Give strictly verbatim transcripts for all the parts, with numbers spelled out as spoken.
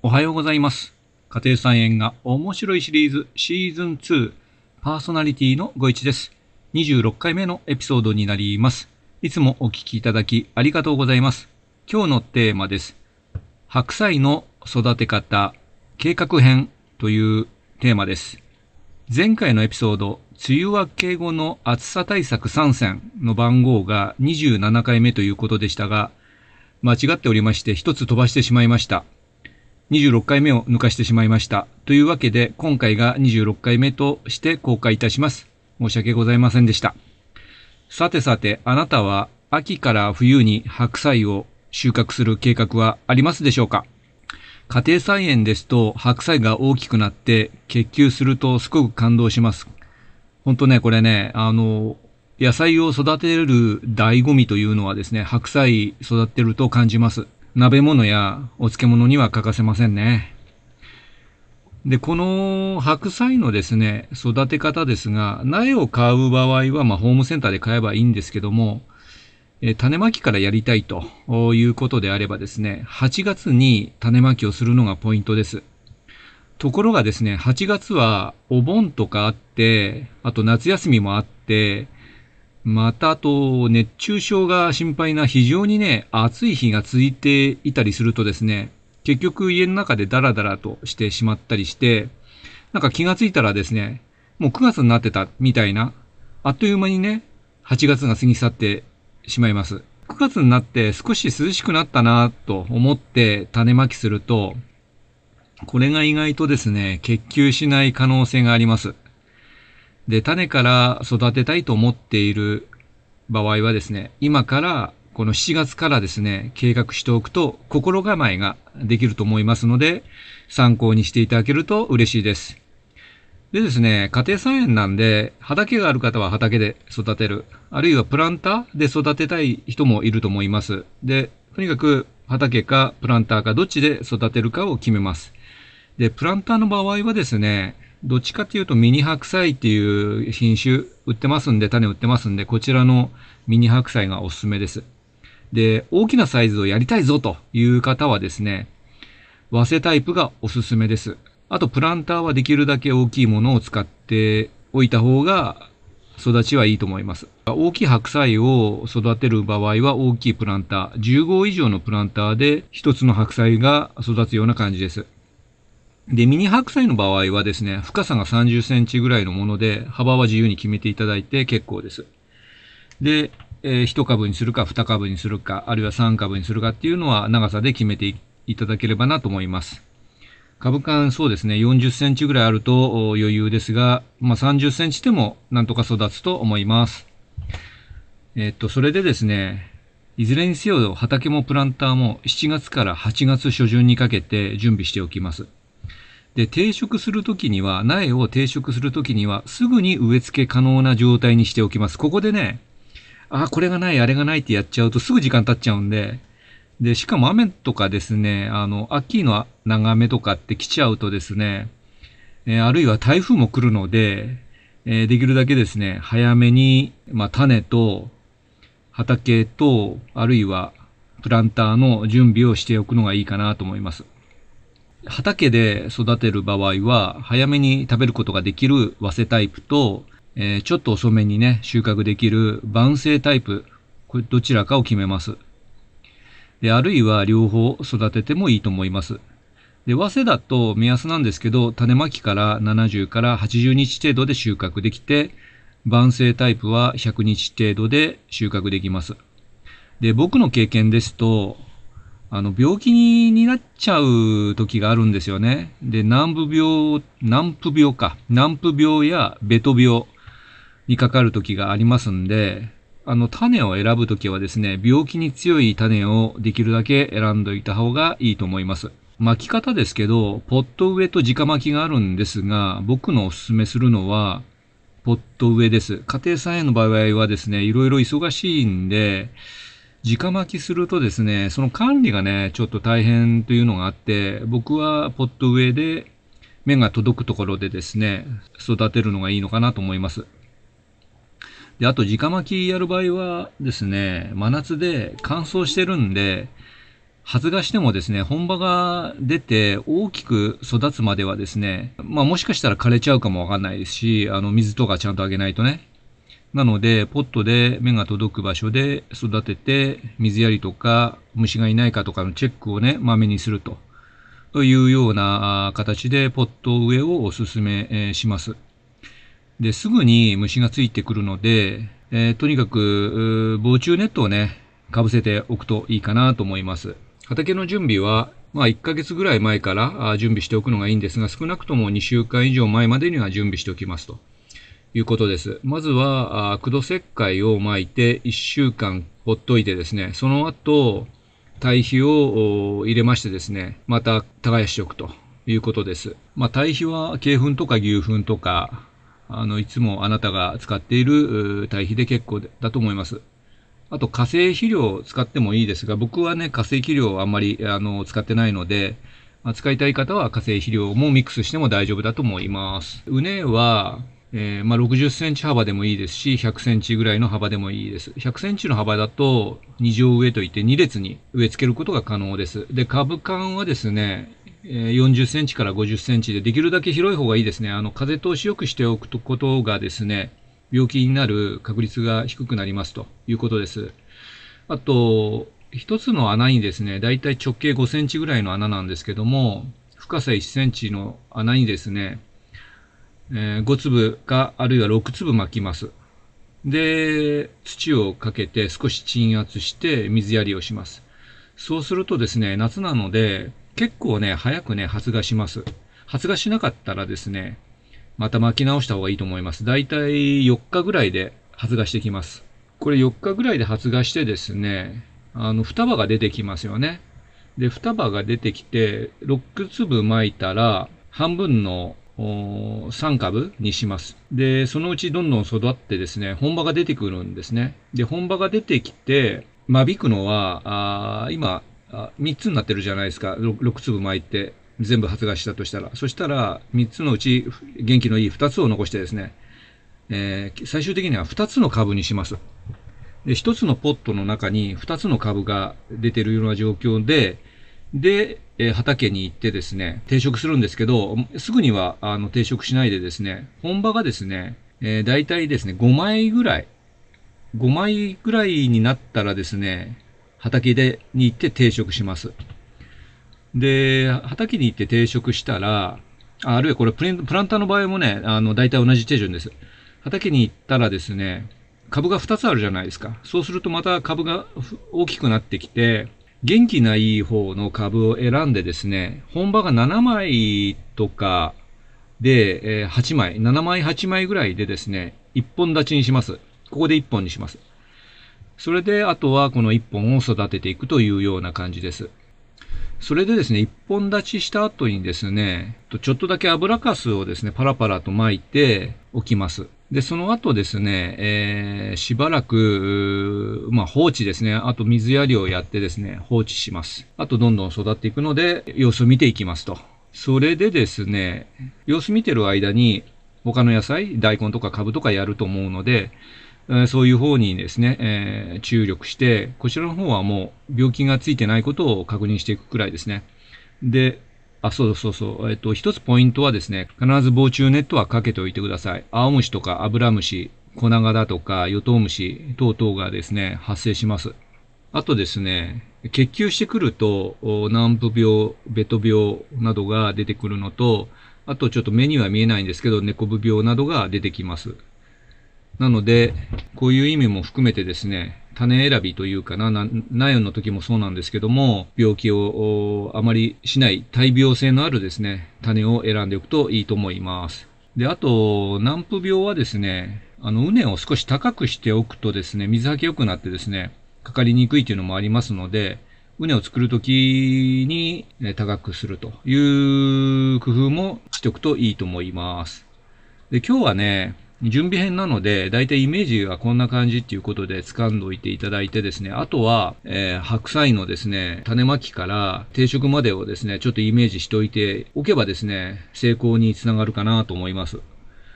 おはようございます。家庭菜園が面白いシリーズシーズンツーパーソナリティのごいちです。にじゅうろっかいめのエピソードになります。いつもお聞きいただきありがとうございます。今日のテーマです。白菜の育て方計画編というテーマです。前回のエピソード、梅雨明け後の暑さ対策さん選の番号がにじゅうななかいめということでしたが、間違っておりまして一つ飛ばしてしまいました。にじゅうろっかいめを抜かしてしまいました。というわけで、今回がにじゅうろっかいめとして公開いたします。申し訳ございませんでした。さてさて、あなたは秋から冬に白菜を収穫する計画はありますでしょうか？家庭菜園ですと白菜が大きくなって結球するとすごく感動します。本当ね、これね、あの、野菜を育てる醍醐味というのはですね、白菜育てると感じます。鍋物やお漬物には欠かせませんね。で、この白菜のですね、育て方ですが、苗を買う場合は、まあ、ホームセンターで買えばいいんですけども、え種まきからやりたいということであればですね、はちがつに種まきをするのがポイントです。ところがですね、はちがつはお盆とかあって、あと夏休みもあって、またあと熱中症が心配な非常にね、暑い日が続いていたりするとですね、結局家の中でダラダラとしてしまったりして、なんか気がついたらですね、もうくがつになってたみたいな、あっという間にね、はちがつが過ぎ去ってしまいます。くがつになって少し涼しくなったなと思って種まきすると、これが意外とですね、結球しない可能性があります。で、種から育てたいと思っている場合はですね、今からこのしちがつからですね、計画しておくと心構えができると思いますので、参考にしていただけると嬉しいです。でですね、家庭菜園なんで、畑がある方は畑で育てる、あるいはプランターで育てたい人もいると思います。で、とにかく畑かプランターかどっちで育てるかを決めます。で、プランターの場合はですね、どっちかっていうとミニ白菜っていう品種売ってますんで、種売ってますんで、こちらのミニ白菜がおすすめです。で、大きなサイズをやりたいぞという方はですね、早生タイプがおすすめです。あと、プランターはできるだけ大きいものを使っておいた方が育ちはいいと思います。大きい白菜を育てる場合は大きいプランター、じゅうごう以上のプランターで一つの白菜が育つような感じです。で、ミニ白菜の場合はですね、深さがさんじゅっセンチぐらいのもので、幅は自由に決めていただいて結構です。で、えー、いち株にするかに株にするか、あるいはさん株にするかっていうのは長さで決めていただければなと思います。株間そうですね、よんじゅっセンチぐらいあると余裕ですが、まあ、さんじゅっセンチでもなんとか育つと思います。えー、っと、それでですね、いずれにせよ畑もプランターもしちがつからはちがつ初旬にかけて準備しておきます。で、定植するときには、苗を定植するときには、すぐに植え付け可能な状態にしておきます。ここでね、あ、これがない、あれがないってやっちゃうとすぐ時間経っちゃうんで、で、しかも雨とかですね、あの、秋の長雨とかって来ちゃうとですね、えー、あるいは台風も来るので、えー、できるだけですね、早めに、まあ、種と、畑と、あるいはプランターの準備をしておくのがいいかなと思います。畑で育てる場合は、早めに食べることができる早生タイプと、えー、ちょっと遅めにね、収穫できる晩生タイプ、これどちらかを決めます。で、あるいは両方育ててもいいと思います。で、早生だと目安なんですけど、種まきからななじゅうからはちじゅうにち程度で収穫できて、晩生タイプはひゃくにち程度で収穫できます。で、僕の経験ですと、あの、病気になっちゃう時があるんですよね。で、南部病、南部病か。南部病やベト病にかかる時がありますんで、あの、種を選ぶときはですね、病気に強い種をできるだけ選んでおいた方がいいと思います。巻き方ですけど、ポット植えと直巻きがあるんですが、僕のおすすめするのは、ポット植えです。家庭菜園の場合はですね、いろいろ忙しいんで、直巻きするとですね、その管理がね、ちょっと大変というのがあって、僕はポット植えで芽が届くところでですね、育てるのがいいのかなと思います。で、あと直巻きやる場合はですね、真夏で乾燥してるんで、 発芽してもですね、本葉が出て大きく育つまではですね、まあもしかしたら枯れちゃうかもわかんないですし、あの水とかちゃんとあげないとね。なので、ポットで芽が届く場所で育てて、水やりとか虫がいないかとかのチェックをね、まめにするというような形でポット植えをお勧めします。で、すぐに虫がついてくるので、えー、とにかく防虫ネットをね、かぶせておくといいかなと思います。畑の準備は、まあいっかげつぐらい前から準備しておくのがいいんですが、少なくともにしゅうかん以上前までには準備しておきますということです。まずは、苦土石灰を撒いていっしゅうかんほっといてですね、その後、堆肥を入れましてですね、また耕しておくということです。まあ堆肥は鶏粉とか牛糞とか、あの、いつもあなたが使っている堆肥で結構だと思います。あと化成肥料を使ってもいいですが、僕はね、化成肥料をあんまりあの使ってないので、まあ、使いたい方は化成肥料もミックスしても大丈夫だと思います。畝は、えー、まあろくじゅっセンチ幅でもいいですし、ひゃくセンチぐらいの幅でもいいです。ひゃくセンチの幅だとに乗植えといってに列に植え付けることが可能です。で、株間はですね、よんじゅっセンチからごじゅっセンチでできるだけ広い方がいいですね。あの、風通しよくしておくことがですね、病気になる確率が低くなりますということです。あと、一つの穴にですね、だいたい直径ごセンチぐらいの穴なんですけども、深さいっセンチの穴にですね、えー、ご粒かあるいはろく粒巻きます。で、土をかけて少し鎮圧して水やりをします。そうするとですね、夏なので結構ね、早くね、発芽します。発芽しなかったらですね、また巻き直した方がいいと思います。だいたいよっかぐらいで発芽してきます。これよっかぐらいで発芽してですね、あの、双葉が出てきますよね。で、双葉が出てきて、ろく粒巻いたら、半分のさん株にします。で、そのうちどんどん育ってですね、本葉が出てくるんですね。で、本葉が出てきて、間引くのは、あ今あ、みっつになってるじゃないですか。ろく粒巻いて、全部発芽したとしたら。そしたら、みっつのうち元気のいいふたつを残してですね、えー、最終的にはふたつの株にします。で、ひとつのポットの中にふたつの株が出ているような状況で、で、えー、畑に行ってですね、定食するんですけど、すぐにはあの定食しないでですね、本葉がですね、えー、大体ですね、ごまいぐらい、ごまいぐらいになったらですね、畑でに行って定食します。で、畑に行って定食したら、あるいはこれプランターの場合もね、あの、大体同じ手順です。畑に行ったらですね、株がふたつあるじゃないですか。そうするとまた株が大きくなってきて、元気ないい方の株を選んでですね、本葉がななまいとかで、えー、はちまい、ななまいはちまいぐらいでですね、いっぽん立ちにします。ここでいっぽんにします。それで、あとはこのいっぽんを育てていくというような感じです。それでですね、一本立ちした後にですね、ちょっとだけ油かすをですね、パラパラと巻いておきます。で、その後ですね、えー、しばらく、まあ放置ですね。あと水やりをやってですね、放置します。あとどんどん育っていくので、様子を見ていきますと。それでですね、様子見てる間に、他の野菜、大根とか株とかやると思うので、そういう方にですね、えー、注力して、こちらの方はもう病気がついてないことを確認していくくらいですね。で、あ、そうそうそう。えっと、一つポイントはですね、必ず防虫ネットはかけておいてください。青虫とかアブラムシ、コナガだとか、ヨトウムシ等々がですね、発生します。あとですね、結球してくると、軟布病、ベト病などが出てくるのと、あとちょっと目には見えないんですけど、猫部病などが出てきます。なので、こういう意味も含めてですね、種選びというかな、苗の時もそうなんですけども、病気をあまりしない耐病性のあるですね、種を選んでおくといいと思います。で、あと、軟布病はですね、あの、畝を少し高くしておくとですね、水はけ良くなってですね、かかりにくいというのもありますので、畝を作るときに高くするという工夫もしておくといいと思います。で、今日はね、準備編なので、だいたいイメージはこんな感じっていうことで掴んでおいていただいてですね、あとは、えー、白菜のですね、種まきから定食までをですね、ちょっとイメージしておいておけばですね、成功につながるかなと思います。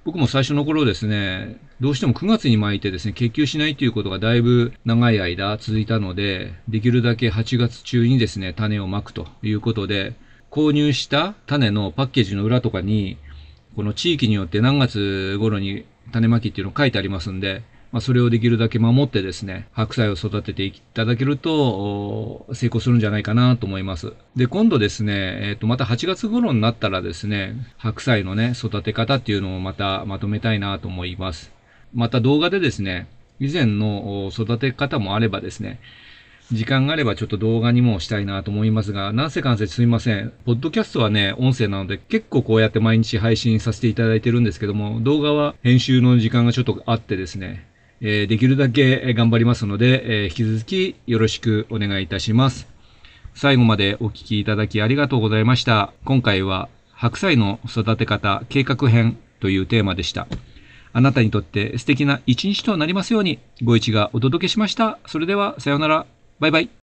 僕も最初の頃ですね、どうしてもくがつに巻いてですね、結球しないということがだいぶ長い間続いたので、できるだけはちがつ中にですね、種をまくということで、購入した種のパッケージの裏とかに、この地域によって何月頃に種まきっていうのを書いてありますんで、まあ、それをできるだけ守ってですね、白菜を育てていただけると成功するんじゃないかなと思います。で、今度ですね、えっと、またはちがつ頃になったらですね、白菜のね、育て方っていうのをまたまとめたいなと思います。また動画でですね、以前の育て方もあればですね、時間があればちょっと動画にもしたいなと思いますが、なんせかんせすみません。ポッドキャストはね、音声なので結構こうやって毎日配信させていただいてるんですけども、動画は編集の時間がちょっとあってですね、えー、できるだけ頑張りますので、えー、引き続きよろしくお願いいたします。最後までお聞きいただきありがとうございました。今回は白菜の育て方計画編というテーマでした。あなたにとって素敵な一日となりますように、ご一がお届けしました。それではさようなら。バイバイ。